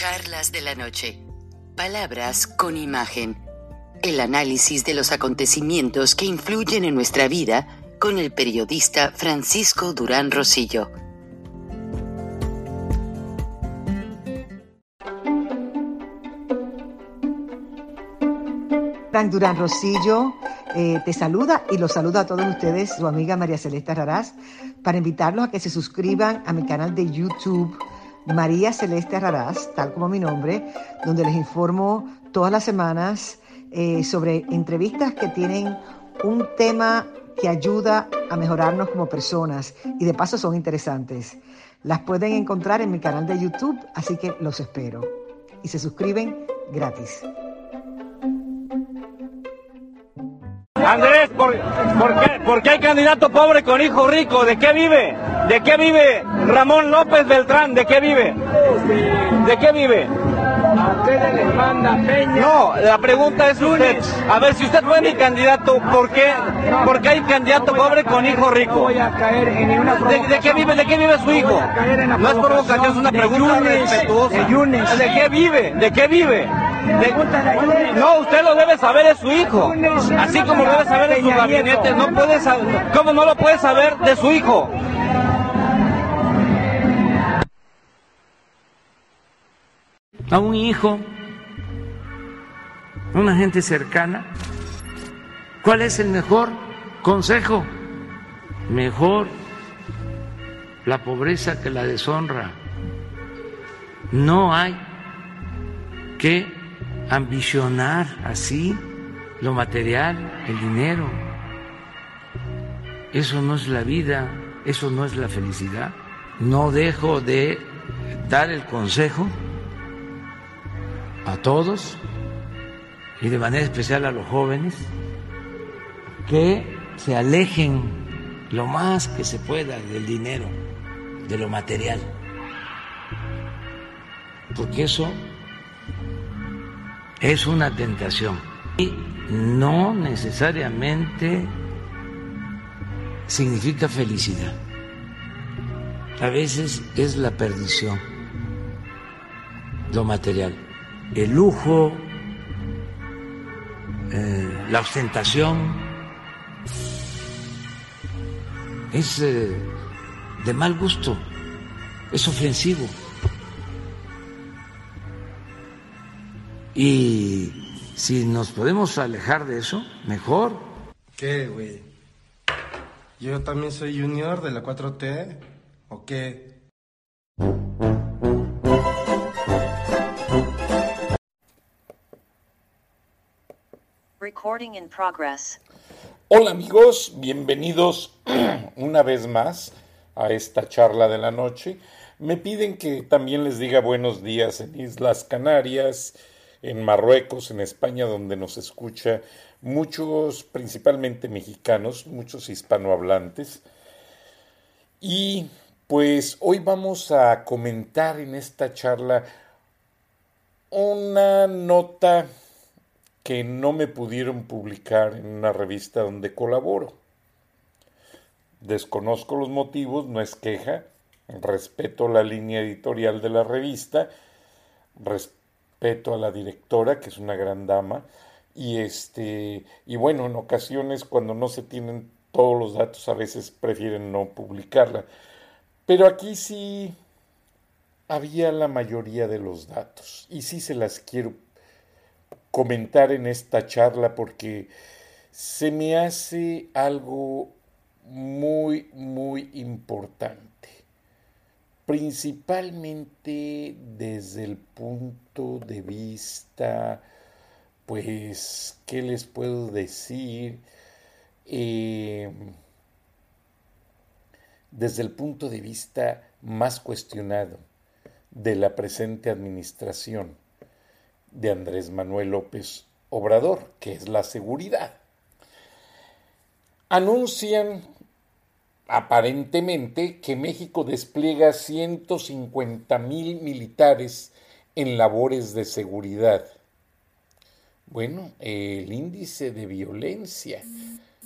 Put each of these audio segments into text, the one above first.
Charlas de la noche. Palabras con imagen. El análisis de los acontecimientos que influyen en nuestra vida con el periodista Francisco Durán Rosillo. Frank Durán Rosillo te saluda y los saluda a todos ustedes, su amiga María Celeste Raraz, para invitarlos a que se suscriban a mi canal de YouTube, María Celeste Raraz, tal como mi nombre, donde les informo todas las semanas sobre entrevistas que tienen un tema que ayuda a mejorarnos como personas y de paso son interesantes. Las pueden encontrar en mi canal de YouTube, así que los espero. Y se suscriben gratis. Andrés, ¿por qué hay candidato pobre con hijo rico? ¿De qué vive? ¿De qué vive Ramón López Beltrán? ¿De qué vive? ¿De qué vive? A ustedes les manda Peña. No, la pregunta es usted. A ver, si usted fue mi candidato, ¿por qué hay candidato pobre con hijo rico? No voy a caer en ninguna provocación. ¿De qué vive? ¿De qué vive su hijo? No es provocación, es una pregunta respetuosa. ¿De qué vive? ¿De qué vive? No, usted lo debe saber, es su hijo. Así como lo debe saber de su gabinete, no puede saber. ¿Cómo no lo puede saber de su hijo? A un hijo, una gente cercana, ¿cuál es el mejor consejo? Mejor la pobreza que la deshonra. No hay que ambicionar así lo material, el dinero. Eso no es la vida, eso no es la felicidad. No dejo de dar el consejo a todos y de manera especial a los jóvenes que se alejen lo más que se pueda del dinero, de lo material, porque eso es una tentación y no necesariamente significa felicidad. A veces es la perdición, lo material. El lujo, la ostentación, es de mal gusto, es ofensivo. Y si nos podemos alejar de eso, mejor. ¿Qué, güey? ¿Yo también soy junior de la 4T? ¿O qué? Recording in progress. Hola amigos, bienvenidos una vez más a esta charla de la noche. Me piden que también les diga buenos días en Islas Canarias, en Marruecos, en España, donde nos escucha muchos, principalmente mexicanos, muchos hispanohablantes. Y pues hoy vamos a comentar en esta charla una nota que no me pudieron publicar en una revista donde colaboro. Desconozco los motivos, no es queja, respeto la línea editorial de la revista, respeto a la directora, que es una gran dama, y bueno, en ocasiones cuando no se tienen todos los datos a veces prefieren no publicarla. Pero aquí sí había la mayoría de los datos y sí se las quiero comentar en esta charla porque se me hace algo muy, muy importante, principalmente desde el punto de vista, pues, ¿qué les puedo decir? Desde el punto de vista más cuestionado de la presente administración de Andrés Manuel López Obrador, que es la seguridad. Anuncian aparentemente que México despliega 150,000 militares en labores de seguridad. Bueno, el índice de violencia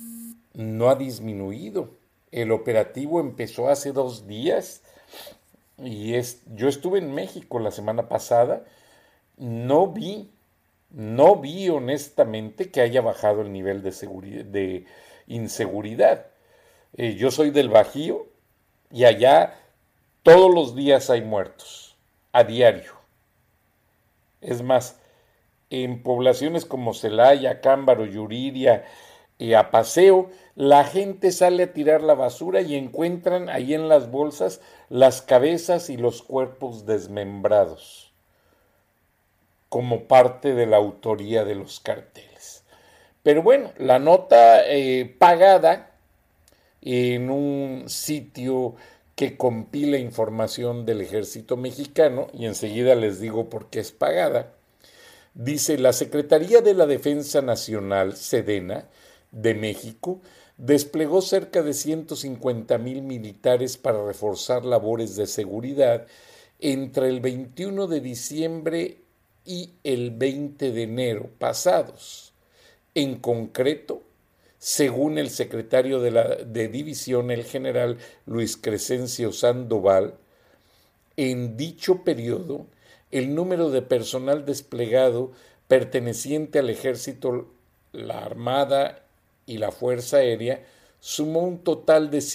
no ha disminuido. El operativo empezó hace 2 días yo estuve en México la semana pasada, no vi honestamente que haya bajado el nivel de inseguridad. Yo soy del Bajío y allá todos los días hay muertos, a diario. Es más, en poblaciones como Celaya, Cámbaro, Yuriria, Apaseo, la gente sale a tirar la basura y encuentran ahí en las bolsas las cabezas y los cuerpos desmembrados, como parte de la autoría de los carteles. Pero bueno, la nota pagada en un sitio que compila información del Ejército Mexicano, y enseguida les digo por qué es pagada, dice: la Secretaría de la Defensa Nacional, Sedena, de México, desplegó cerca de 150,000 militares para reforzar labores de seguridad entre el 21 de diciembre y el 20 de enero pasados. En concreto, según el secretario de división, el general Luis Crescencio Sandoval, en dicho periodo, el número de personal desplegado perteneciente al Ejército, la Armada y la Fuerza Aérea sumó un total de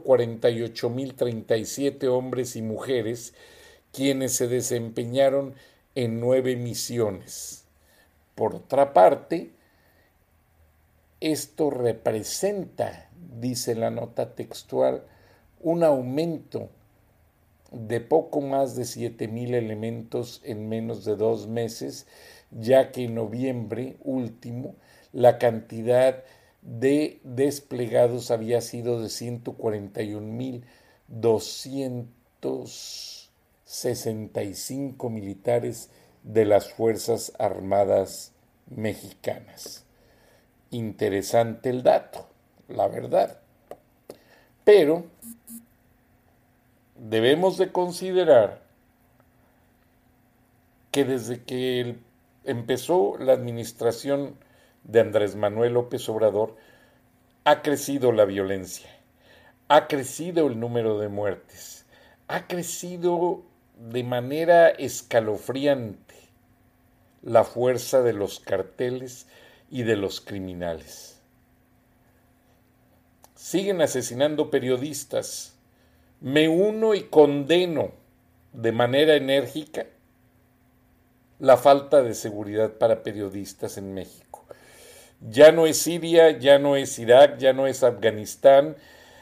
148,037 hombres y mujeres, quienes se desempeñaron en 9 misiones. Por otra parte, esto representa, dice la nota textual, un aumento de poco más de 7,000 elementos en menos de 2 meses, ya que en noviembre último la cantidad de desplegados había sido de 141,265 militares de las Fuerzas Armadas mexicanas. Interesante el dato, la verdad. Pero debemos de considerar que desde que empezó la administración de Andrés Manuel López Obrador, ha crecido la violencia, ha crecido el número de muertes, ha crecido de manera escalofriante la fuerza de los carteles y de los criminales. Siguen asesinando periodistas. Me uno y condeno de manera enérgica la falta de seguridad para periodistas en México. Ya no es Siria, ya no es Irak, ya no es Afganistán,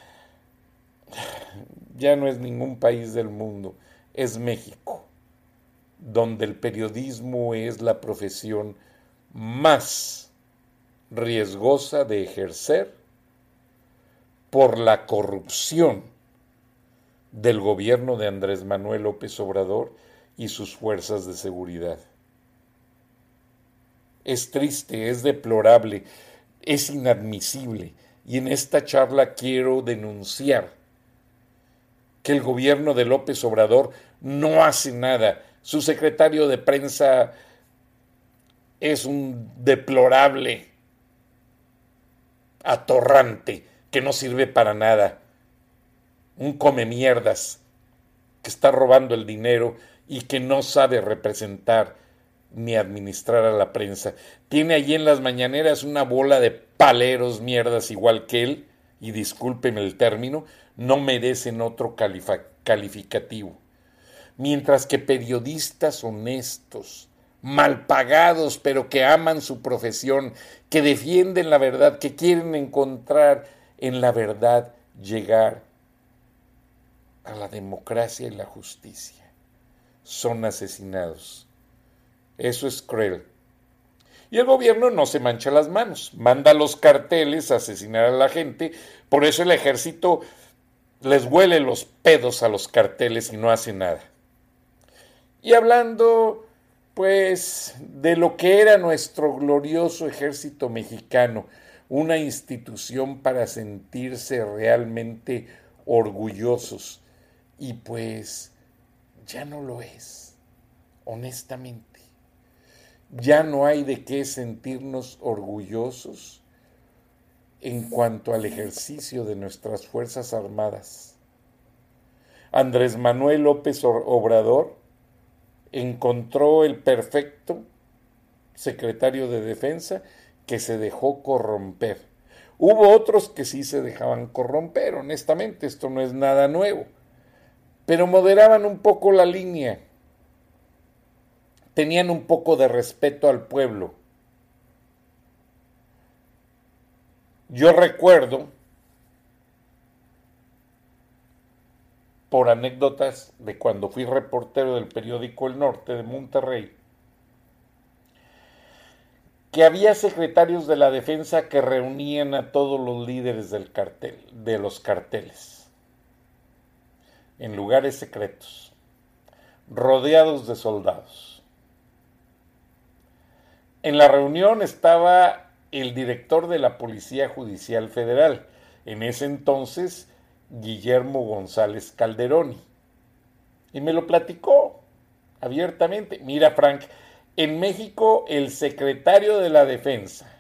ya no es ningún país del mundo, es México, donde el periodismo es la profesión más riesgosa de ejercer por la corrupción del gobierno de Andrés Manuel López Obrador y sus fuerzas de seguridad. Es triste, es deplorable, es inadmisible, y en esta charla quiero denunciar que el gobierno de López Obrador no hace nada. Su secretario de prensa es un deplorable atorrante que no sirve para nada, un come mierdas que está robando el dinero y que no sabe representar ni administrar a la prensa. Tiene allí en las mañaneras una bola de paleros mierdas igual que él, y discúlpeme el término, no merecen otro calificativo. Mientras que periodistas honestos, mal pagados, pero que aman su profesión, que defienden la verdad, que quieren encontrar en la verdad llegar a la democracia y la justicia, son asesinados. Eso es cruel. Y el gobierno no se mancha las manos, manda a los carteles a asesinar a la gente, por eso el ejército les huele los pedos a los carteles y no hace nada. Y hablando, pues, de lo que era nuestro glorioso ejército mexicano, una institución para sentirse realmente orgullosos, y pues ya no lo es, honestamente. Ya no hay de qué sentirnos orgullosos en cuanto al ejercicio de nuestras Fuerzas Armadas. Andrés Manuel López Obrador encontró el perfecto secretario de Defensa que se dejó corromper. Hubo otros que sí se dejaban corromper, honestamente, esto no es nada nuevo, pero moderaban un poco la línea, tenían un poco de respeto al pueblo. Yo recuerdo, por anécdotas de cuando fui reportero del periódico El Norte de Monterrey, que había secretarios de la defensa que reunían a todos los líderes del cartel, de los carteles, en lugares secretos, rodeados de soldados. En la reunión estaba el director de la Policía Judicial Federal, en ese entonces Guillermo González Calderoni, y me lo platicó abiertamente. Mira, Frank, en México el secretario de la Defensa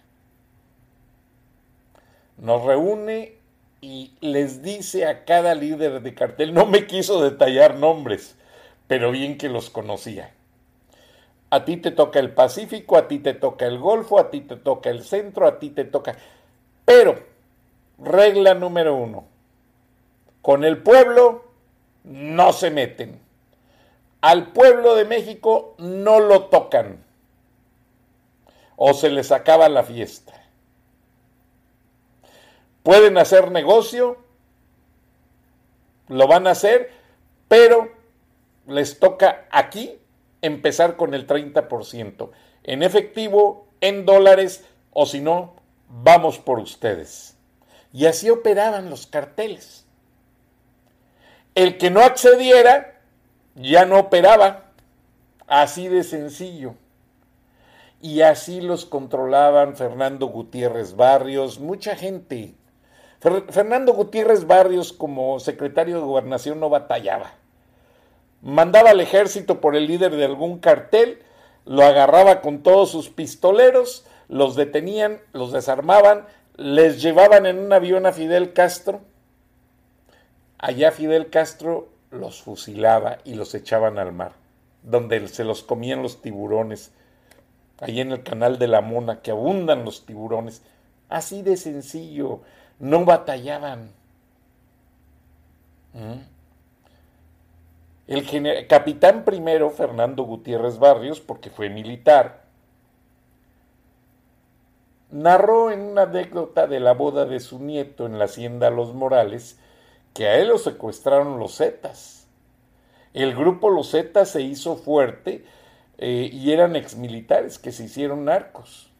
nos reúne y les dice a cada líder de cartel, no me quiso detallar nombres, pero bien que los conocía. A ti te toca el Pacífico, a ti te toca el Golfo, a ti te toca el Centro, a ti te toca... Pero, regla número 1, con el pueblo no se meten. Al pueblo de México no lo tocan. O se les acaba la fiesta. Pueden hacer negocio, lo van a hacer, pero les toca aquí empezar con el 30%, en efectivo, en dólares, o si no, vamos por ustedes. Y así operaban los carteles. El que no accediera, ya no operaba, así de sencillo. Y así los controlaban Fernando Gutiérrez Barrios, mucha gente. Fernando Gutiérrez Barrios, como secretario de Gobernación, no batallaba. Mandaba al ejército por el líder de algún cartel, lo agarraba con todos sus pistoleros, los detenían, los desarmaban, les llevaban en un avión a Fidel Castro. Allá Fidel Castro los fusilaba y los echaban al mar, donde se los comían los tiburones, allí en el Canal de la Mona, que abundan los tiburones. Así de sencillo, no batallaban. El capitán primero, Fernando Gutiérrez Barrios, porque fue militar, narró en una anécdota de la boda de su nieto en la hacienda Los Morales que a él lo secuestraron los Zetas. El grupo Los Zetas se hizo fuerte y eran exmilitares que se hicieron narcos.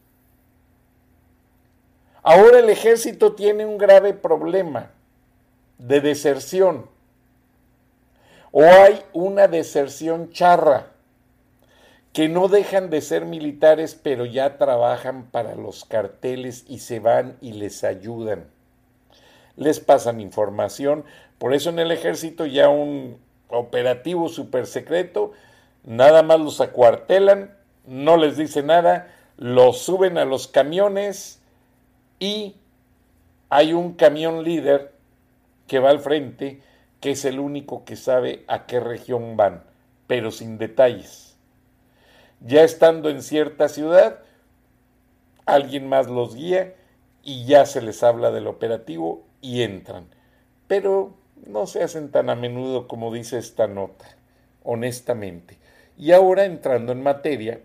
Ahora el ejército tiene un grave problema de deserción. O hay una deserción charra, que no dejan de ser militares, pero ya trabajan para los carteles y se van y les ayudan. Les pasan información, por eso en el ejército ya un operativo súper secreto, nada más los acuartelan, no les dice nada, los suben a los camiones y hay un camión líder que va al frente, que es el único que sabe a qué región van, pero sin detalles. Ya estando en cierta ciudad, alguien más los guía y ya se les habla del operativo y entran. Pero no se hacen tan a menudo como dice esta nota, honestamente. Y ahora, entrando en materia,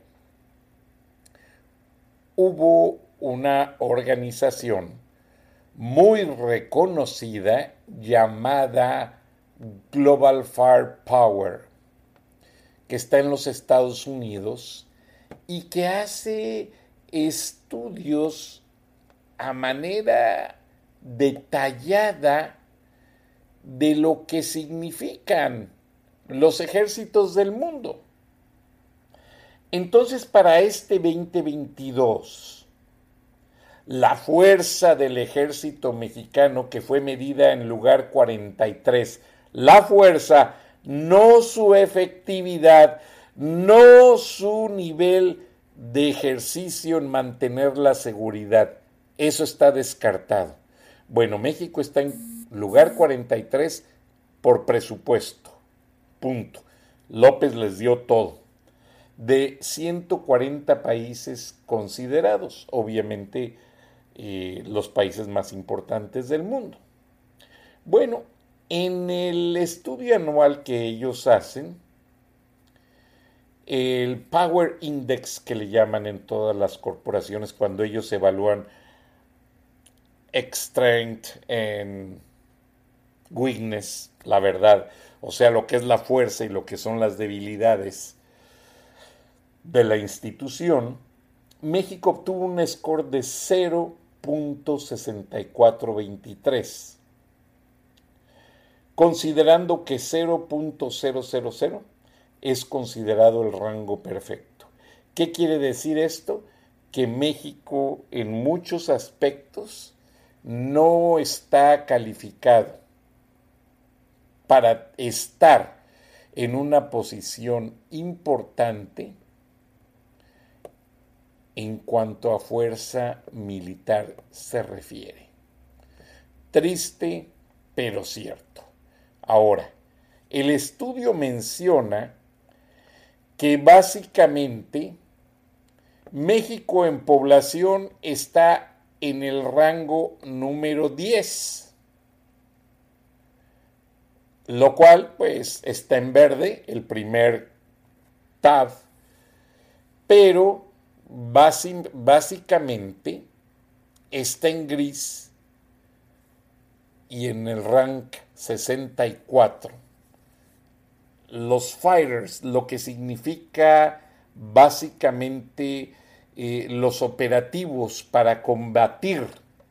hubo una organización muy reconocida llamada Global Firepower, que está en los Estados Unidos y que hace estudios a manera detallada de lo que significan los ejércitos del mundo. Entonces, para este 2022, la fuerza del ejército mexicano, que fue medida en lugar 43, la fuerza, no su efectividad, no su nivel de ejercicio en mantener la seguridad, eso está descartado. Bueno, México está en lugar 43 por presupuesto. Punto. López les dio todo. De 140 países considerados, obviamente los países más importantes del mundo. Bueno, en el estudio anual que ellos hacen, el Power Index que le llaman en todas las corporaciones cuando ellos evalúan strength and weakness, la verdad, o sea, lo que es la fuerza y lo que son las debilidades de la institución, México obtuvo un score de 0.6423, considerando que 0.000 es considerado el rango perfecto. ¿Qué quiere decir esto? Que México en muchos aspectos no está calificado para estar en una posición importante en cuanto a fuerza militar se refiere. Triste, pero cierto. Ahora, el estudio menciona que básicamente México en población está en el rango número 10, lo cual pues está en verde, el primer tab, pero básicamente está en gris y en el rank 64. Los fighters, lo que significa básicamente los operativos para combatir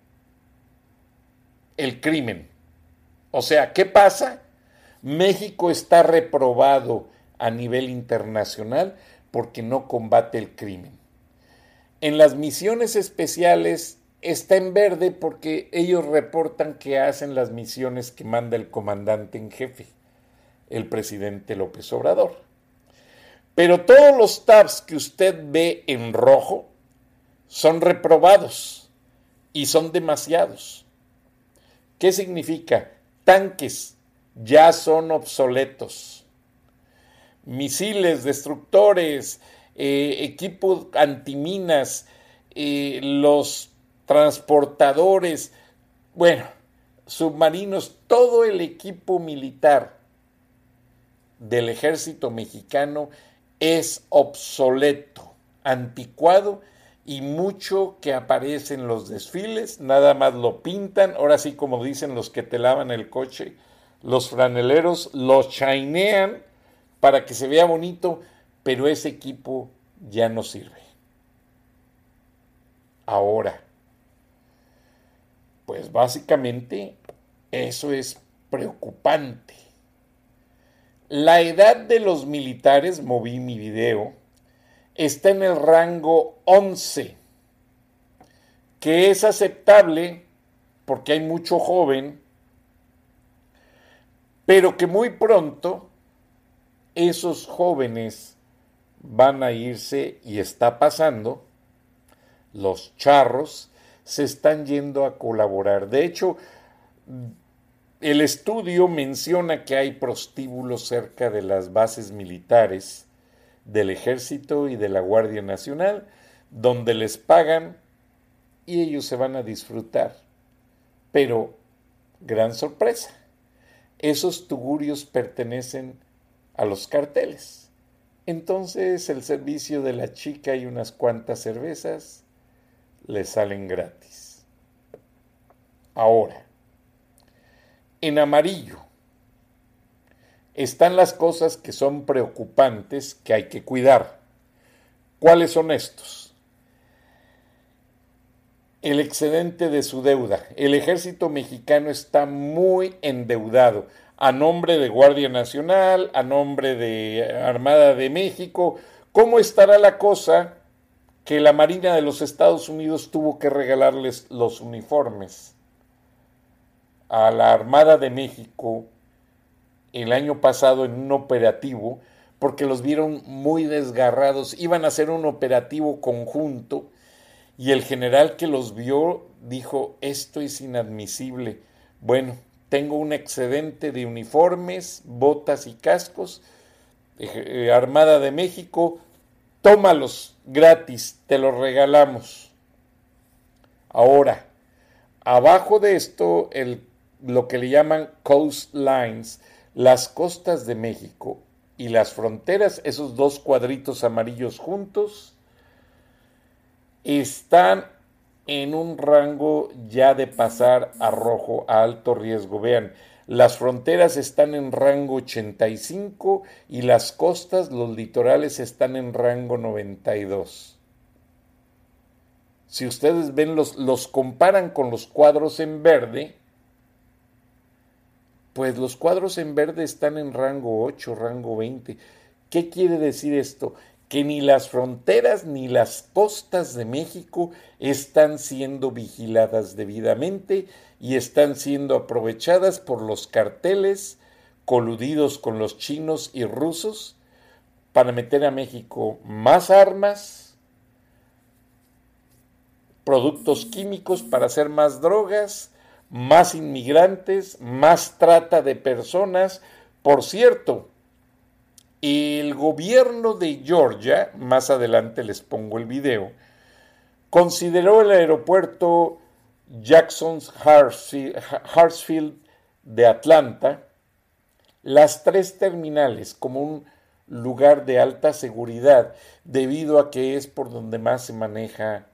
el crimen. O sea, ¿qué pasa? México está reprobado a nivel internacional porque no combate el crimen. En las misiones especiales está en verde porque ellos reportan que hacen las misiones que manda el comandante en jefe, el presidente López Obrador. Pero todos los tabs que usted ve en rojo son reprobados y son demasiados. ¿Qué significa? Tanques ya son obsoletos. Misiles, destructores, equipo antiminas, los transportadores, bueno, submarinos, todo el equipo militar del ejército mexicano es obsoleto, anticuado, y mucho que aparece en los desfiles, nada más lo pintan, ahora sí como dicen los que te lavan el coche, los franeleros lo chinean para que se vea bonito, pero ese equipo ya no sirve. Ahora, pues básicamente eso es preocupante. La edad de los militares, moví mi video, está en el rango 11, que es aceptable porque hay mucho joven, pero que muy pronto esos jóvenes van a irse, y está pasando, los charros se están yendo a colaborar. De hecho, el estudio menciona que hay prostíbulos cerca de las bases militares del Ejército y de la Guardia Nacional, donde les pagan y ellos se van a disfrutar. Pero, gran sorpresa, esos tugurios pertenecen a los carteles. Entonces el servicio de la chica y unas cuantas cervezas les salen gratis. Ahora, en amarillo están las cosas que son preocupantes, que hay que cuidar. ¿Cuáles son estos? El excedente de su deuda. El ejército mexicano está muy endeudado, a nombre de Guardia Nacional, a nombre de Armada de México. ¿Cómo estará la cosa que la Marina de los Estados Unidos tuvo que regalarles los uniformes a la Armada de México el año pasado en un operativo, porque los vieron muy desgarrados? Iban a hacer un operativo conjunto y el general que los vio dijo: esto es inadmisible. Bueno, tengo un excedente de uniformes, botas y cascos, Armada de México, tómalos gratis, te los regalamos. Ahora, abajo de esto, lo que le llaman coastlines, las costas de México y las fronteras, esos dos cuadritos amarillos juntos, están en un rango ya de pasar a rojo, a alto riesgo. Vean, las fronteras están en rango 85 y las costas, los litorales, están en rango 92. Si ustedes ven, los comparan con los cuadros en verde, pues los cuadros en verde están en rango 8, rango 20. ¿Qué quiere decir esto? Que ni las fronteras ni las costas de México están siendo vigiladas debidamente y están siendo aprovechadas por los carteles coludidos con los chinos y rusos para meter a México más armas, productos químicos para hacer más drogas, más inmigrantes, más trata de personas. Por cierto, el gobierno de Georgia, más adelante les pongo el video, consideró el aeropuerto Jackson's Hartsfield de Atlanta, las 3 terminales, como un lugar de alta seguridad, debido a que es por donde más se maneja,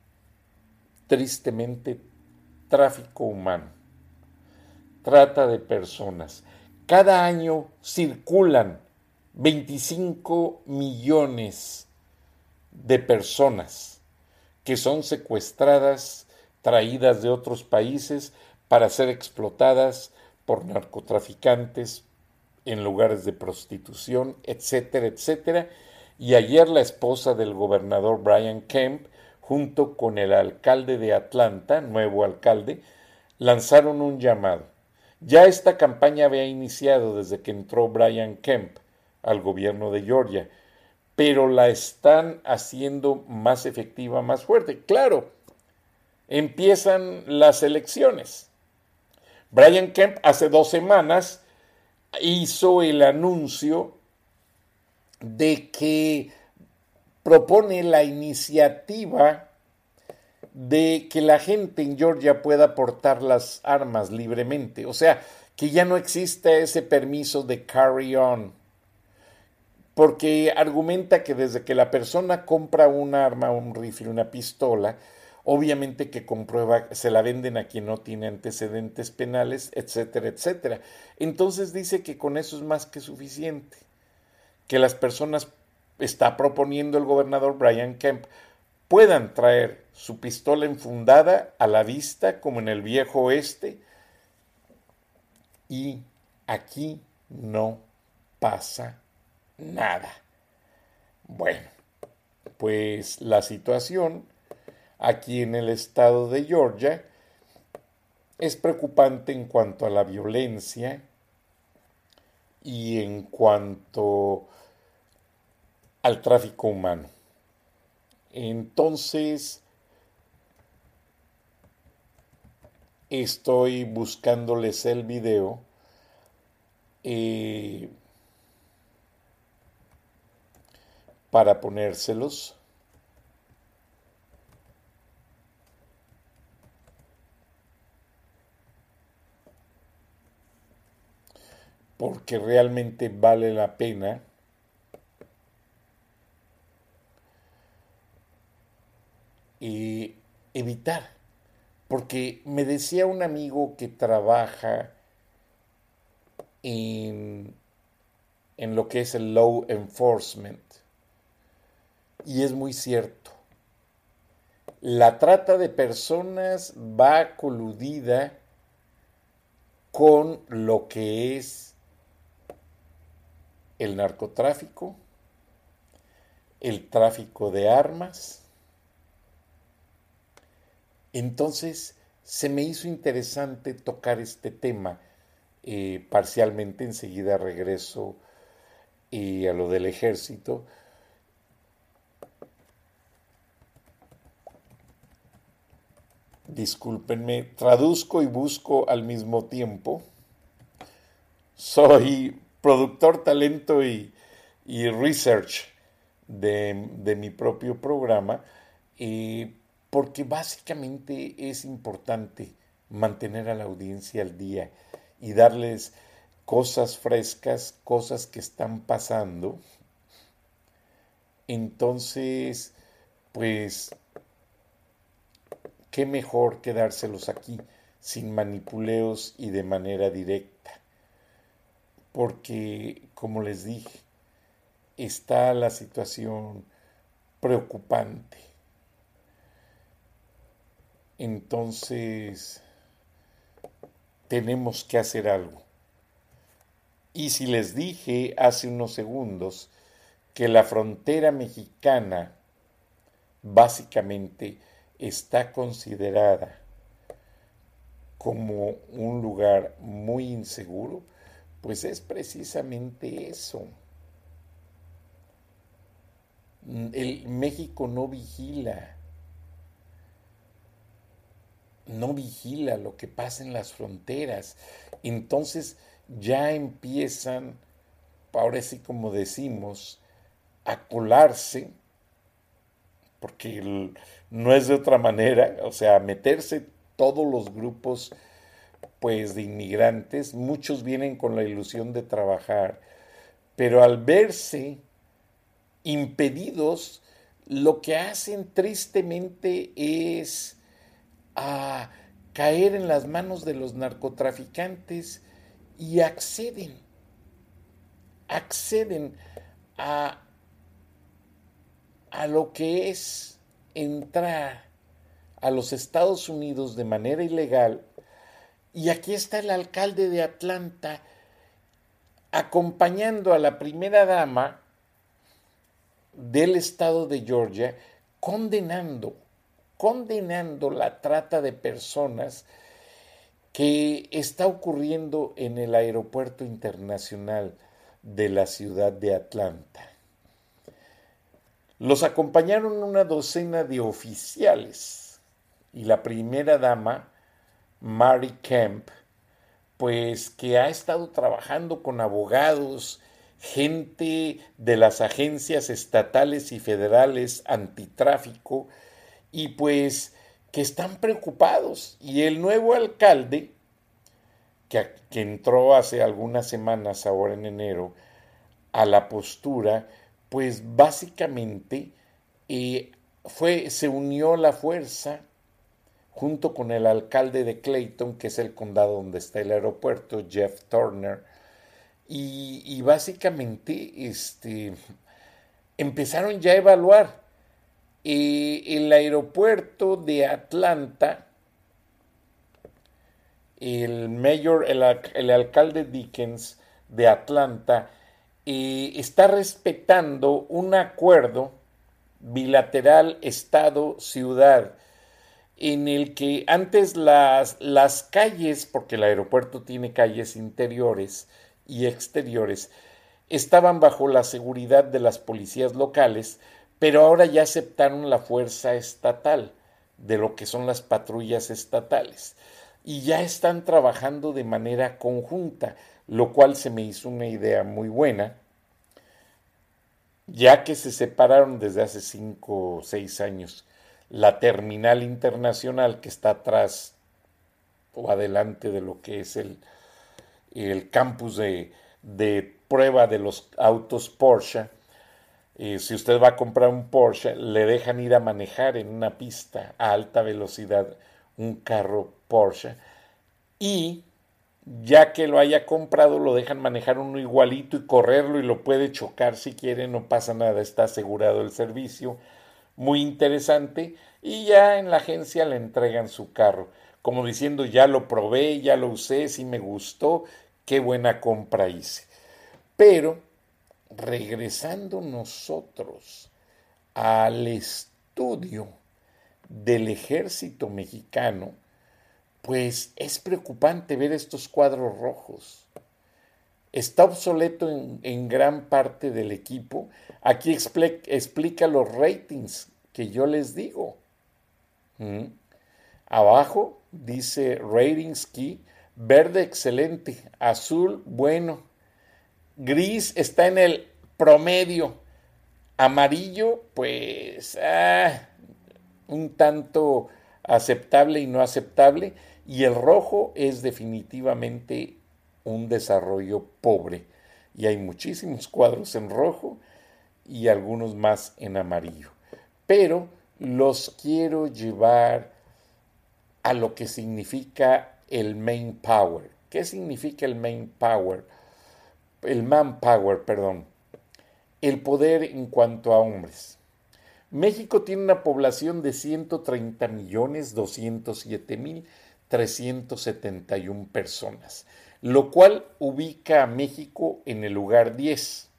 tristemente, tráfico humano, trata de personas. Cada año circulan 25 millones de personas que son secuestradas, traídas de otros países para ser explotadas por narcotraficantes en lugares de prostitución, etcétera, etcétera. Y ayer la esposa del gobernador Brian Kemp, junto con el alcalde de Atlanta, nuevo alcalde, lanzaron un llamado. Ya esta campaña había iniciado desde que entró Brian Kemp al gobierno de Georgia, pero la están haciendo más efectiva, más fuerte. Claro, empiezan las elecciones. Brian Kemp hace 2 semanas hizo el anuncio de que propone la iniciativa de que la gente en Georgia pueda portar las armas libremente, o sea, que ya no exista ese permiso de carry on, porque argumenta que desde que la persona compra un arma, un rifle, una pistola, obviamente que comprueba, se la venden a quien no tiene antecedentes penales, etcétera, etcétera. Entonces dice que con eso es más que suficiente, que las personas, está proponiendo el gobernador Brian Kemp, puedan traer su pistola enfundada a la vista como en el viejo oeste, y aquí no pasa nada. Bueno, pues la situación aquí en el estado de Georgia es preocupante en cuanto a la violencia y en cuanto al tráfico humano. Entonces, estoy buscándoles el video para ponérselos. Porque realmente vale la pena evitar. Porque me decía un amigo que trabaja en lo que es el law enforcement, y es muy cierto, la trata de personas va coludida con lo que es el narcotráfico, el tráfico de armas. Entonces se me hizo interesante tocar este tema parcialmente. Enseguida regreso a lo del ejército. discúlpenme, traduzco y busco al mismo tiempo. Soy productor, talento y research de mi propio programa, porque básicamente es importante mantener a la audiencia al día y darles cosas frescas, cosas que están pasando. Entonces, pues, qué mejor que dárselos aquí, sin manipuleos y de manera directa. Porque, como les dije, está la situación preocupante. Entonces, tenemos que hacer algo. Y si les dije hace unos segundos que la frontera mexicana básicamente está considerada como un lugar muy inseguro, pues es precisamente eso. El México no vigila lo que pasa en las fronteras. Entonces ya empiezan, ahora sí como decimos, a colarse, porque no es de otra manera, o sea, a meterse todos los grupos pues de inmigrantes. Muchos vienen con la ilusión de trabajar, pero al verse impedidos, lo que hacen tristemente es caer en las manos de los narcotraficantes y acceden a lo que es entrar a los Estados Unidos de manera ilegal. Y aquí está el alcalde de Atlanta acompañando a la primera dama del estado de Georgia, condenando la trata de personas que está ocurriendo en el aeropuerto internacional de la ciudad de Atlanta. Los acompañaron una docena de oficiales y la primera dama, Mary Kemp, pues que ha estado trabajando con abogados, gente de las agencias estatales y federales antitráfico, y pues que están preocupados. Y el nuevo alcalde, que entró hace algunas semanas, ahora en enero, a la postura, pues básicamente se unió a la fuerza junto con el alcalde de Clayton, que es el condado donde está el aeropuerto, Jeff Turner, y básicamente empezaron ya a evaluar el aeropuerto de Atlanta. El alcalde Dickens de Atlanta está respetando un acuerdo bilateral Estado-ciudad en el que antes las calles, porque el aeropuerto tiene calles interiores y exteriores, estaban bajo la seguridad de las policías locales, pero ahora ya aceptaron la fuerza estatal, de lo que son las patrullas estatales, y ya están trabajando de manera conjunta, lo cual se me hizo una idea muy buena, ya que se separaron desde hace 5 o 6 años la terminal internacional, que está atrás o adelante de lo que es el campus de prueba de los autos Porsche. Si usted va a comprar un Porsche, le dejan ir a manejar en una pista a alta velocidad un carro Porsche, y ya que lo haya comprado, lo dejan manejar uno igualito y correrlo, y lo puede chocar si quiere, no pasa nada, está asegurado el servicio. Muy interesante. Y ya en la agencia le entregan su carro, como diciendo, ya lo probé, ya lo usé, sí me gustó, qué buena compra hice. Pero regresando nosotros al estudio del ejército mexicano, pues es preocupante ver estos cuadros rojos. Está obsoleto en gran parte del equipo. Aquí explica los ratings que yo les digo. Abajo dice Ratings Key, verde excelente, azul bueno, gris está en el promedio, amarillo pues un tanto aceptable y no aceptable, y el rojo es definitivamente un desarrollo pobre, y hay muchísimos cuadros en rojo y algunos más en amarillo, pero los quiero llevar a lo que significa el main power. ¿Qué significa el main power? El manpower, perdón. El poder en cuanto a hombres. México tiene una población de 130.207.371 personas, lo cual ubica a México en el lugar 10.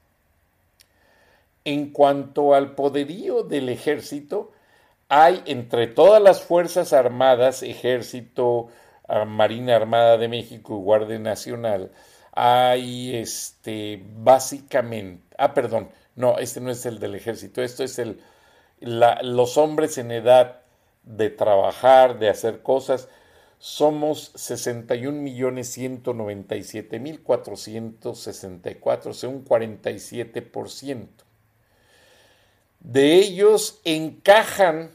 En cuanto al poderío del ejército, hay entre todas las Fuerzas Armadas, Ejército, Marina Armada de México y Guardia Nacional, hay básicamente, perdón, no, este no es el del Ejército, esto es los hombres en edad de trabajar, de hacer cosas, somos 61.197.464, o sea, un 47%. De ellos encajan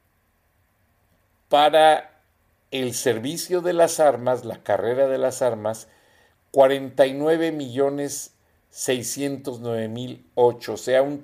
para el servicio de las armas, la carrera de las armas, 49.609.008, o sea, un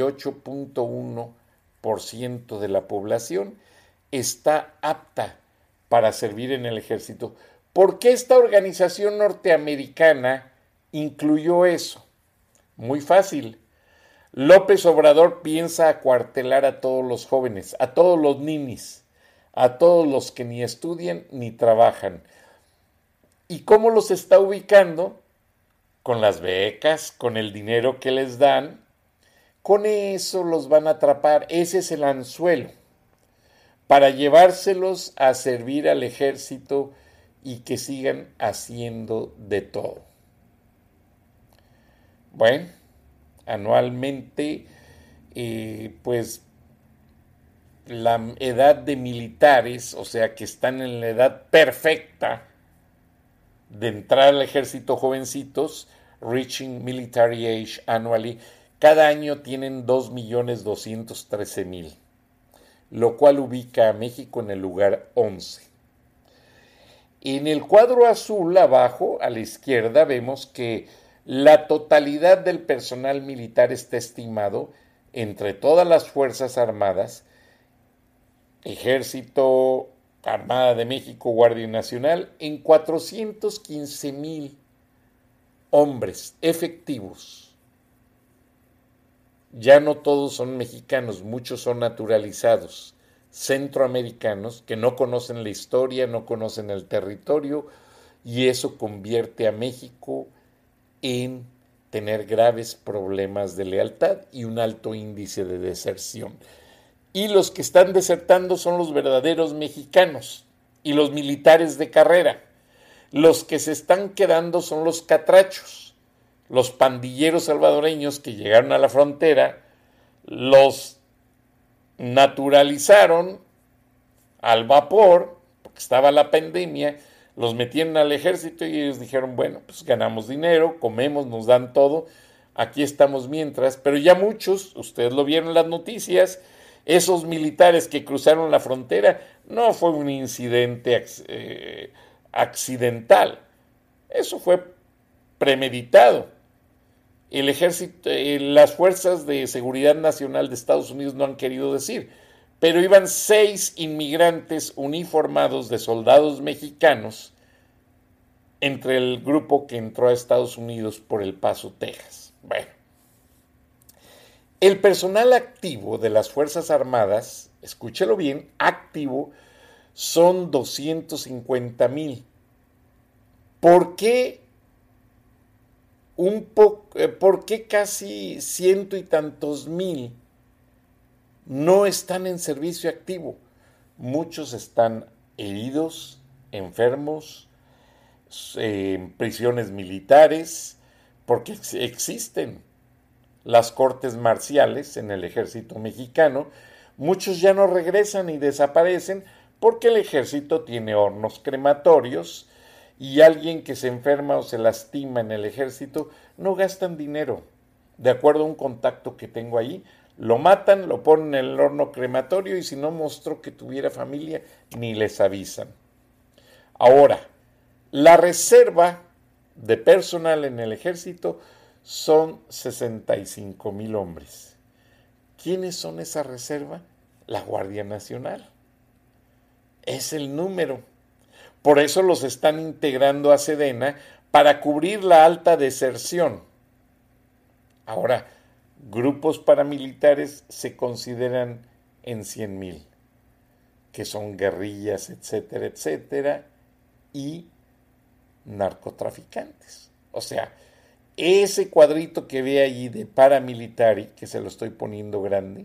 38.1% de la población está apta para servir en el ejército. ¿Por qué esta organización norteamericana incluyó eso? Muy fácil. López Obrador piensa acuartelar a todos los jóvenes, a todos los ninis, a todos los que ni estudian ni trabajan. ¿Y cómo los está ubicando? Con las becas, con el dinero que les dan. Con eso los van a atrapar. Ese es el anzuelo para llevárselos a servir al ejército y que sigan haciendo de todo. Bueno, anualmente, pues la edad de militares, o sea que están en la edad perfecta de entrar al ejército jovencitos, reaching military age annually, cada año tienen 2.213.000, lo cual ubica a México en el lugar 11. En el cuadro azul abajo, a la izquierda, vemos que la totalidad del personal militar está estimado entre todas las Fuerzas Armadas, Ejército, Armada de México, Guardia Nacional, en 415.000 hombres efectivos. Ya no todos son mexicanos, muchos son naturalizados, centroamericanos, que no conocen la historia, no conocen el territorio, y eso convierte a México en tener graves problemas de lealtad y un alto índice de deserción. Y los que están desertando son los verdaderos mexicanos y los militares de carrera. Los que se están quedando son los catrachos, los pandilleros salvadoreños que llegaron a la frontera, los naturalizaron al vapor, porque estaba la pandemia, los metieron al ejército y ellos dijeron, bueno, pues ganamos dinero, comemos, nos dan todo, aquí estamos mientras, pero ya muchos, ustedes lo vieron en las noticias, esos militares que cruzaron la frontera, no fue un incidente accidental, eso fue premeditado. El ejército, las fuerzas de seguridad nacional de Estados Unidos no han querido decir, pero iban 6 inmigrantes uniformados de soldados mexicanos entre el grupo que entró a Estados Unidos por El Paso, Texas. Bueno, el personal activo de las Fuerzas Armadas, escúchelo bien, activo, son 250,000. ¿Por qué ¿por qué casi 100 y tantos mil no están en servicio activo? Muchos están heridos, enfermos, en prisiones militares, porque existen las cortes marciales en el ejército mexicano. Muchos ya no regresan y desaparecen porque el ejército tiene hornos crematorios y alguien que se enferma o se lastima en el ejército no gastan dinero. De acuerdo a un contacto que tengo ahí, lo matan, lo ponen en el horno crematorio y si no mostró que tuviera familia, ni les avisan. Ahora, la reserva de personal en el ejército son 65,000 hombres. ¿Quiénes son esa reserva? La Guardia Nacional. Es el número. Por eso los están integrando a Sedena para cubrir la alta deserción. Ahora, grupos paramilitares se consideran en 100,000, que son guerrillas, etcétera, etcétera, y narcotraficantes. O sea, ese cuadrito que ve allí de paramilitari, que se lo estoy poniendo grande,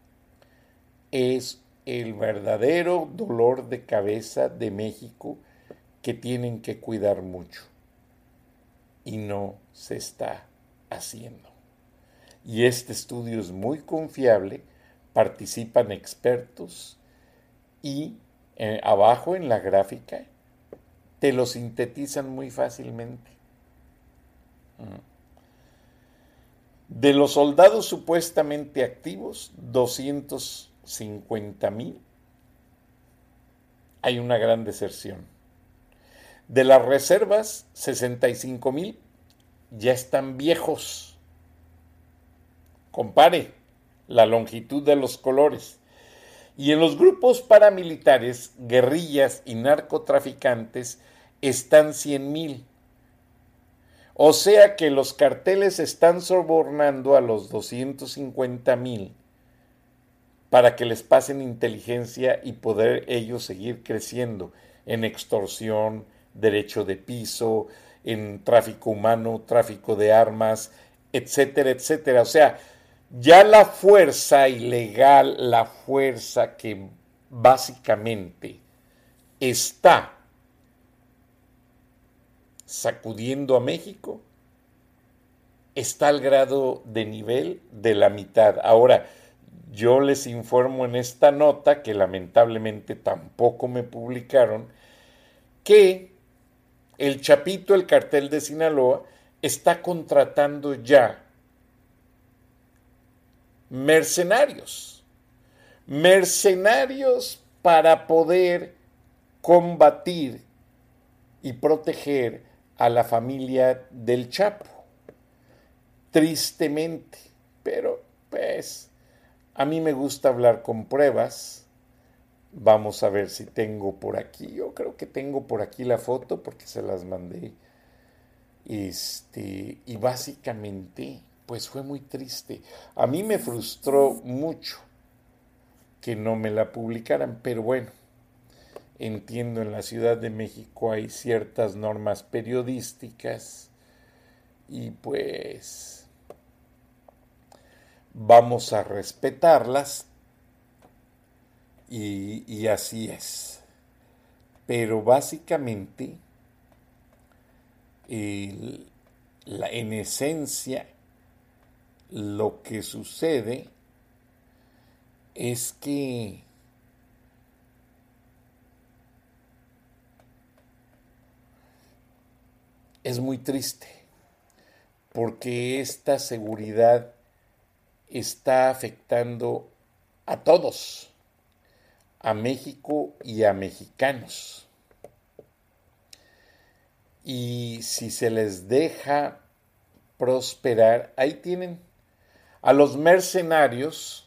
es el verdadero dolor de cabeza de México que tienen que cuidar mucho. Y no se está haciendo. Y este estudio es muy confiable, participan expertos y abajo en la gráfica te lo sintetizan muy fácilmente. De los soldados supuestamente activos, 250,000, hay una gran deserción. De las reservas, 65,000 ya están viejos. Compare la longitud de los colores. Y en los grupos paramilitares, guerrillas y narcotraficantes están 100,000. O sea que los carteles están sobornando a los 250,000 para que les pasen inteligencia y poder ellos seguir creciendo en extorsión, derecho de piso, en tráfico humano, tráfico de armas, etcétera, etcétera. O sea, ya la fuerza ilegal, la fuerza que básicamente está sacudiendo a México, está al grado de nivel de la mitad. Ahora, yo les informo en esta nota, que lamentablemente tampoco me publicaron, que el Chapito, el cartel de Sinaloa, está contratando ya mercenarios para poder combatir y proteger a la familia del Chapo. Tristemente, pero pues a mí me gusta hablar con pruebas. Vamos a ver si tengo por aquí. Yo creo que tengo por aquí la foto porque se las mandé. Y básicamente, pues fue muy triste. A mí me frustró mucho que no me la publicaran, pero bueno, entiendo, en la Ciudad de México hay ciertas normas periodísticas y pues vamos a respetarlas y así es. Pero básicamente, en esencia, lo que sucede es que es muy triste, porque esta seguridad está afectando a todos, a México y a mexicanos. Y si se les deja prosperar, ahí tienen a los mercenarios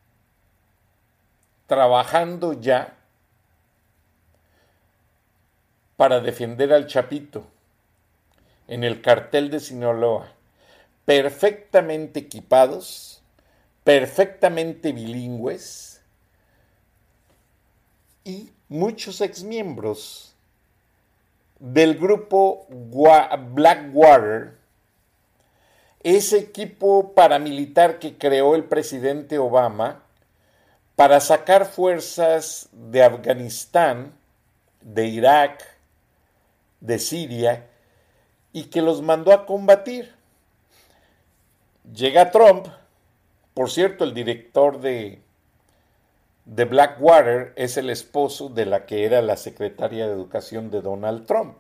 trabajando ya para defender al Chapito en el cartel de Sinaloa, perfectamente equipados, perfectamente bilingües y muchos exmiembros del grupo Blackwater, ese equipo paramilitar que creó el presidente Obama para sacar fuerzas de Afganistán, de Irak, de Siria, y que los mandó a combatir. Llega Trump, por cierto, el director de de Blackwater es el esposo de la que era la secretaria de Educación de Donald Trump.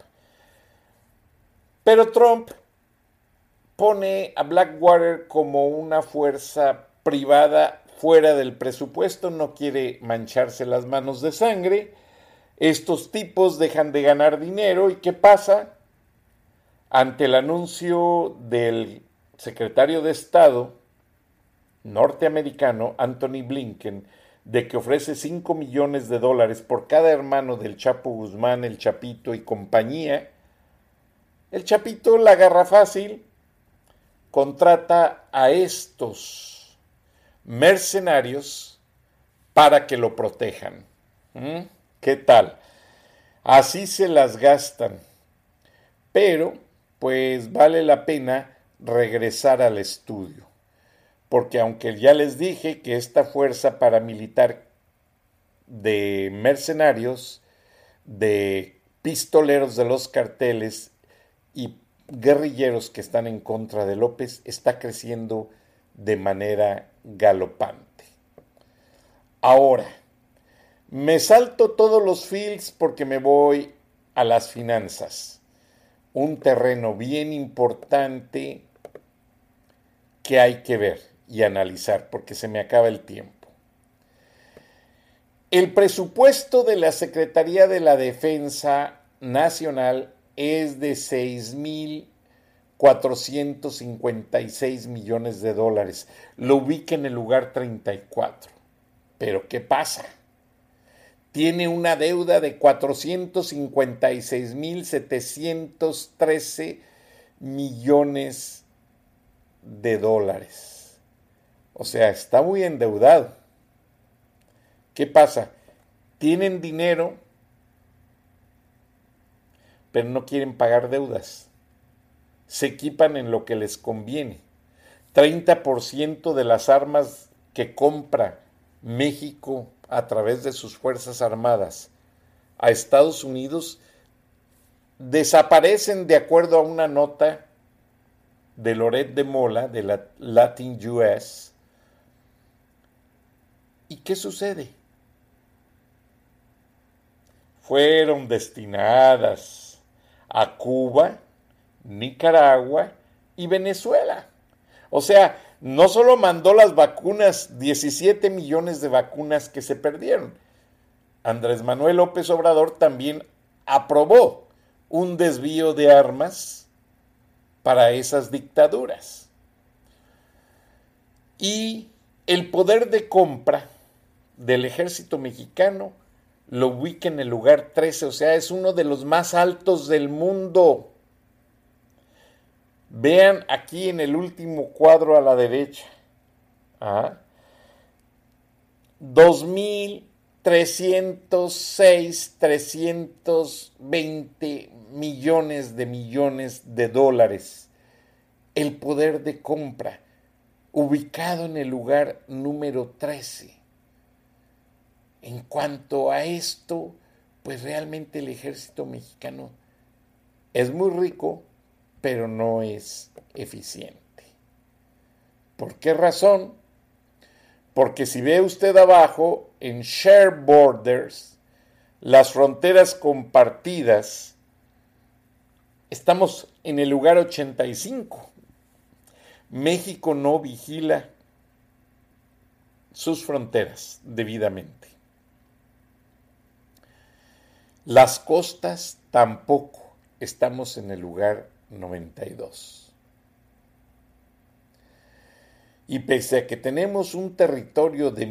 Pero Trump pone a Blackwater como una fuerza privada fuera del presupuesto, no quiere mancharse las manos de sangre. Estos tipos dejan de ganar dinero y ¿qué pasa? Ante el anuncio del secretario de Estado norteamericano, Anthony Blinken, de que ofrece $5 millones por cada hermano del Chapo Guzmán, el Chapito y compañía, el Chapito la agarra fácil, contrata a estos mercenarios para que lo protejan. ¿Qué tal? Así se las gastan. Pero, pues vale la pena regresar al estudio. Porque aunque ya les dije que esta fuerza paramilitar de mercenarios, de pistoleros de los carteles y guerrilleros que están en contra de López está creciendo de manera galopante. Ahora, me salto todos los fields porque me voy a las finanzas. Un terreno bien importante que hay que ver y analizar porque se me acaba el tiempo. El presupuesto de la Secretaría de la Defensa Nacional es de $6,456 millones. Lo ubica en el lugar 34. Pero ¿qué pasa? Tiene una deuda de $456,713 millones. O sea, está muy endeudado. ¿Qué pasa? Tienen dinero, pero no quieren pagar deudas. Se equipan en lo que les conviene. 30% de las armas que compra México a través de sus Fuerzas Armadas a Estados Unidos desaparecen de acuerdo a una nota de Loret de Mola, de la Latin US. ¿Y qué sucede? Fueron destinadas a Cuba, Nicaragua y Venezuela. O sea, no solo mandó las vacunas, 17 millones de vacunas que se perdieron. Andrés Manuel López Obrador también aprobó un desvío de armas para esas dictaduras. Y el poder de compra del ejército mexicano lo ubica en el lugar 13, o sea, es uno de los más altos del mundo. Vean aquí en el último cuadro a la derecha. 2,306,320 millones de dólares. El poder de compra, ubicado en el lugar número 13. En cuanto a esto, pues realmente el ejército mexicano es muy rico, pero no es eficiente. ¿Por qué razón? Porque si ve usted abajo, en Shared Borders, las fronteras compartidas, estamos en el lugar 85. México no vigila sus fronteras debidamente. Las costas tampoco, estamos en el lugar 92. Y pese a que tenemos un territorio de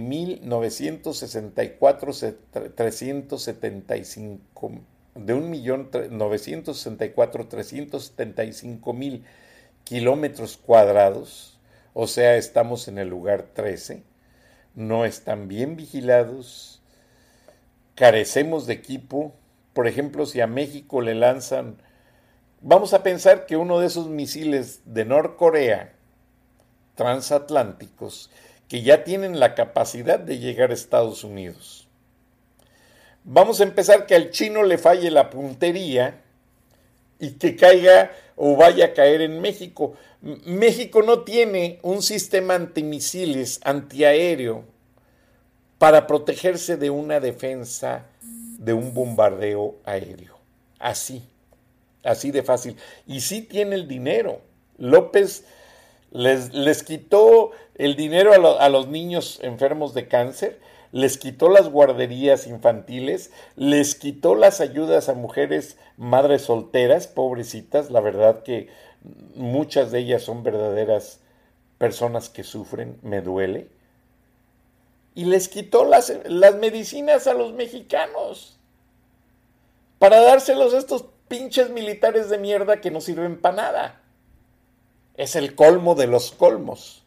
1.964.375.000 kilómetros cuadrados, o sea, estamos en el lugar 13, no están bien vigilados, carecemos de equipo. Por ejemplo, si a México le lanzan, vamos a pensar que uno de esos misiles de Norcorea, transatlánticos, que ya tienen la capacidad de llegar a Estados Unidos. Vamos a empezar que al chino le falle la puntería y que caiga o vaya a caer en México. México no tiene un sistema antimisiles antiaéreo para protegerse de una defensa de un bombardeo aéreo. Así de fácil. Y sí tiene el dinero. López les quitó el dinero a los niños enfermos de cáncer, les quitó las guarderías infantiles, les quitó las ayudas a mujeres madres solteras, pobrecitas. La verdad que muchas de ellas son verdaderas personas que sufren, me duele. Y les quitó las medicinas a los mexicanos para dárselos a estos pinches militares de mierda que no sirven para nada. Es el colmo de los colmos.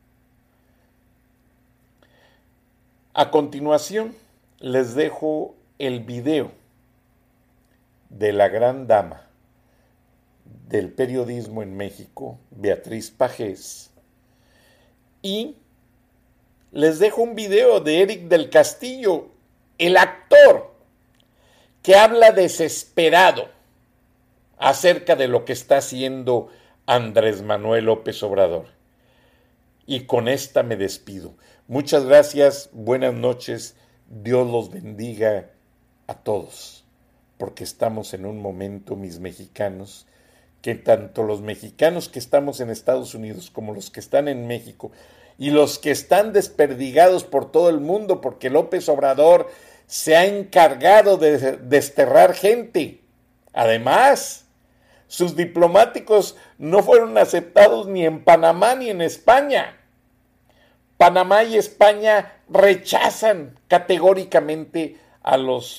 A continuación, les dejo el video de la gran dama del periodismo en México, Beatriz Pajés, y les dejo un video de Eric del Castillo, el actor, que habla desesperado acerca de lo que está haciendo Andrés Manuel López Obrador. Y con esta me despido. Muchas gracias, buenas noches, Dios los bendiga a todos, porque estamos en un momento, mis mexicanos, que tanto los mexicanos que estamos en Estados Unidos como los que están en México y los que están desperdigados por todo el mundo, porque López Obrador se ha encargado de desterrar gente. Además, sus diplomáticos no fueron aceptados ni en Panamá ni en España. Panamá y España rechazan categóricamente a los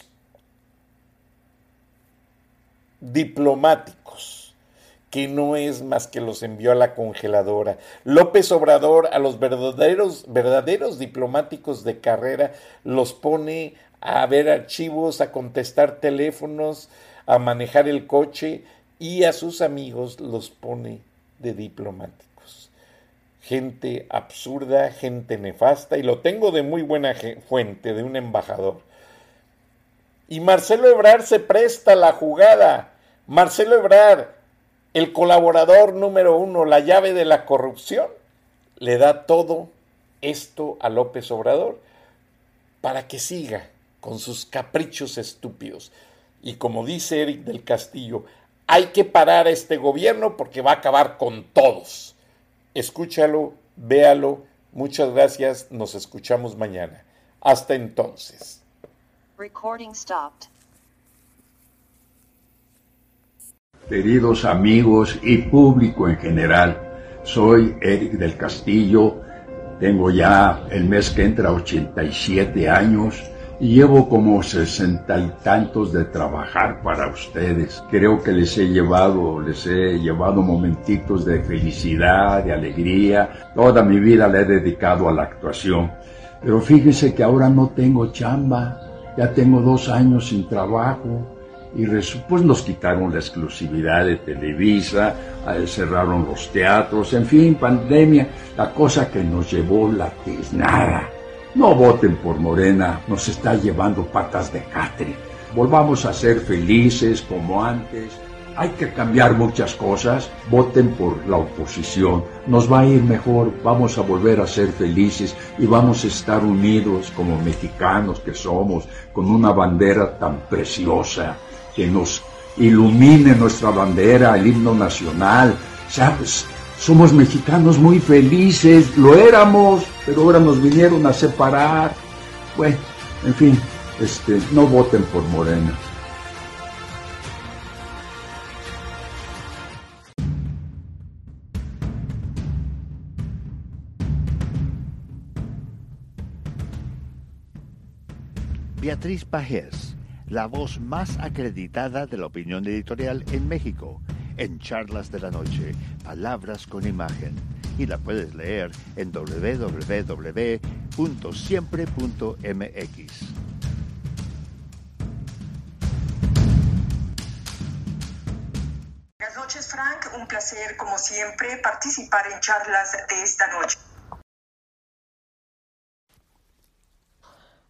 diplomáticos, que no es más que los envió a la congeladora. López Obrador a los verdaderos diplomáticos de carrera los pone a ver archivos, a contestar teléfonos, a manejar el coche, y a sus amigos los pone de diplomáticos. Gente absurda, gente nefasta, y lo tengo de muy buena fuente, de un embajador. Y Marcelo Ebrard se presta a la jugada. Marcelo Ebrard, el colaborador número 1, la llave de la corrupción, le da todo esto a López Obrador para que siga con sus caprichos estúpidos. Y como dice Eric del Castillo, hay que parar a este gobierno porque va a acabar con todos. Escúchalo, véalo. Muchas gracias. Nos escuchamos mañana. Hasta entonces. Recording stopped. Queridos amigos y público en general, soy Eric del Castillo. Tengo ya el mes que entra 87 años. Y llevo como 60 y tantos de trabajar para ustedes. Creo que les he llevado momentitos de felicidad, de alegría. Toda mi vida la he dedicado a la actuación. Pero fíjense que ahora no tengo chamba. Ya tengo 2 años sin trabajo. Y pues nos quitaron la exclusividad de Televisa, cerraron los teatros, en fin, pandemia. La cosa que nos llevó la tiznada. No voten por Morena, nos está llevando patas de catre. Volvamos a ser felices como antes. Hay que cambiar muchas cosas. Voten por la oposición. Nos va a ir mejor, vamos a volver a ser felices y vamos a estar unidos como mexicanos que somos, con una bandera tan preciosa, que nos ilumine nuestra bandera, el himno nacional. ¿Sabes? Somos mexicanos muy felices, lo éramos, pero ahora nos vinieron a separar. Bueno, en fin, no voten por Morena. Beatriz Pajés, la voz más acreditada de la opinión editorial en México, en Charlas de la Noche, Palabras con Imagen, y la puedes leer en www.siempre.mx. Buenas noches, Frank. Un placer, como siempre, participar en charlas de esta noche.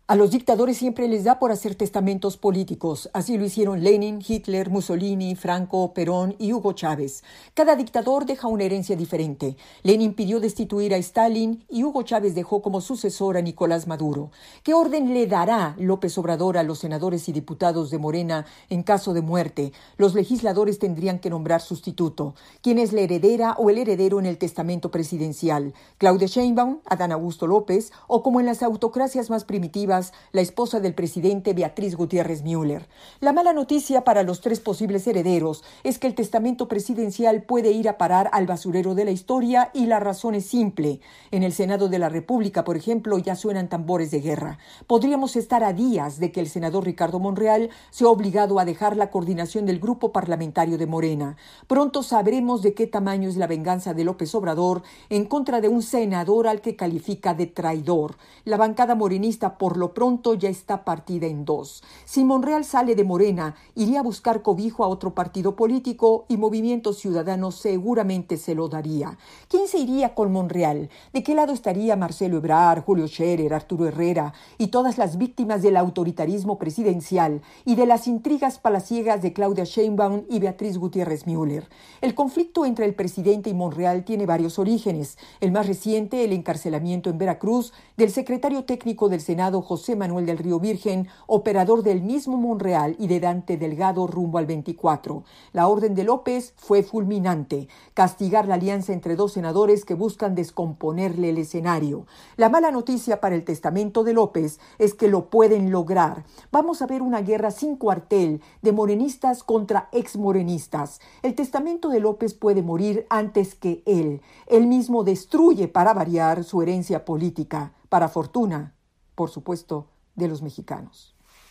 A los dictadores siempre les da por hacer testamentos políticos. Así lo hicieron Lenin, Hitler, Mussolini, Franco, Perón y Hugo Chávez. Cada dictador deja una herencia diferente. Lenin pidió destituir a Stalin y Hugo Chávez dejó como sucesor a Nicolás Maduro. ¿Qué orden le dará López Obrador a los senadores y diputados de Morena en caso de muerte? Los legisladores tendrían que nombrar sustituto. ¿Quién es la heredera o el heredero en el testamento presidencial? ¿Claudia Sheinbaum, Adán Augusto López o, como en las autocracias más primitivas, la esposa del presidente Beatriz Gutiérrez Müller? La mala noticia para los tres posibles herederos es que el testamento presidencial puede ir a parar al basurero de la historia y la razón es simple. En el Senado de la República, por ejemplo, ya suenan tambores de guerra. Podríamos estar a días de que el senador Ricardo Monreal sea obligado a dejar la coordinación del grupo parlamentario de Morena. Pronto sabremos de qué tamaño es la venganza de López Obrador en contra de un senador al que califica de traidor. La bancada morenista, por lo pronto, ya está partida en dos. Si Monreal sale de Morena, iría a buscar cobijo a otro partido político y Movimiento Ciudadano seguramente se lo daría. ¿Quién se iría con Monreal? ¿De qué lado estaría Marcelo Ebrard, Julio Scherer, Arturo Herrera y todas las víctimas del autoritarismo presidencial y de las intrigas palaciegas de Claudia Sheinbaum y Beatriz Gutiérrez Müller? El conflicto entre el presidente y Monreal tiene varios orígenes. El más reciente, el encarcelamiento en Veracruz del secretario técnico del Senado, José Manuel del Río Virgen, operador del mismo Monreal, y de Dante Delgado rumbo al 24. La orden de López fue fulminante: castigar la alianza entre dos senadores que buscan descomponerle el escenario. La mala noticia para el testamento de López es que lo pueden lograr. Vamos a ver una guerra sin cuartel de morenistas contra exmorenistas. El testamento de López puede morir antes que él. Él mismo destruye, para variar, su herencia política, para fortuna, por supuesto, de los mexicanos.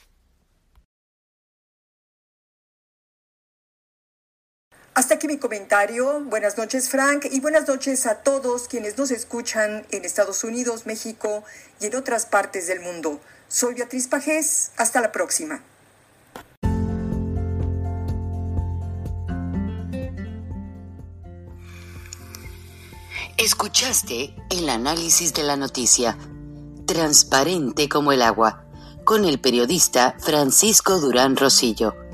Hasta aquí mi comentario. Buenas noches, Frank, y buenas noches a todos quienes nos escuchan en Estados Unidos, México y en otras partes del mundo. Soy Beatriz Pajés. Hasta la próxima. Escuchaste el análisis de la noticia, transparente como el agua, con el periodista Francisco Durán Rosillo.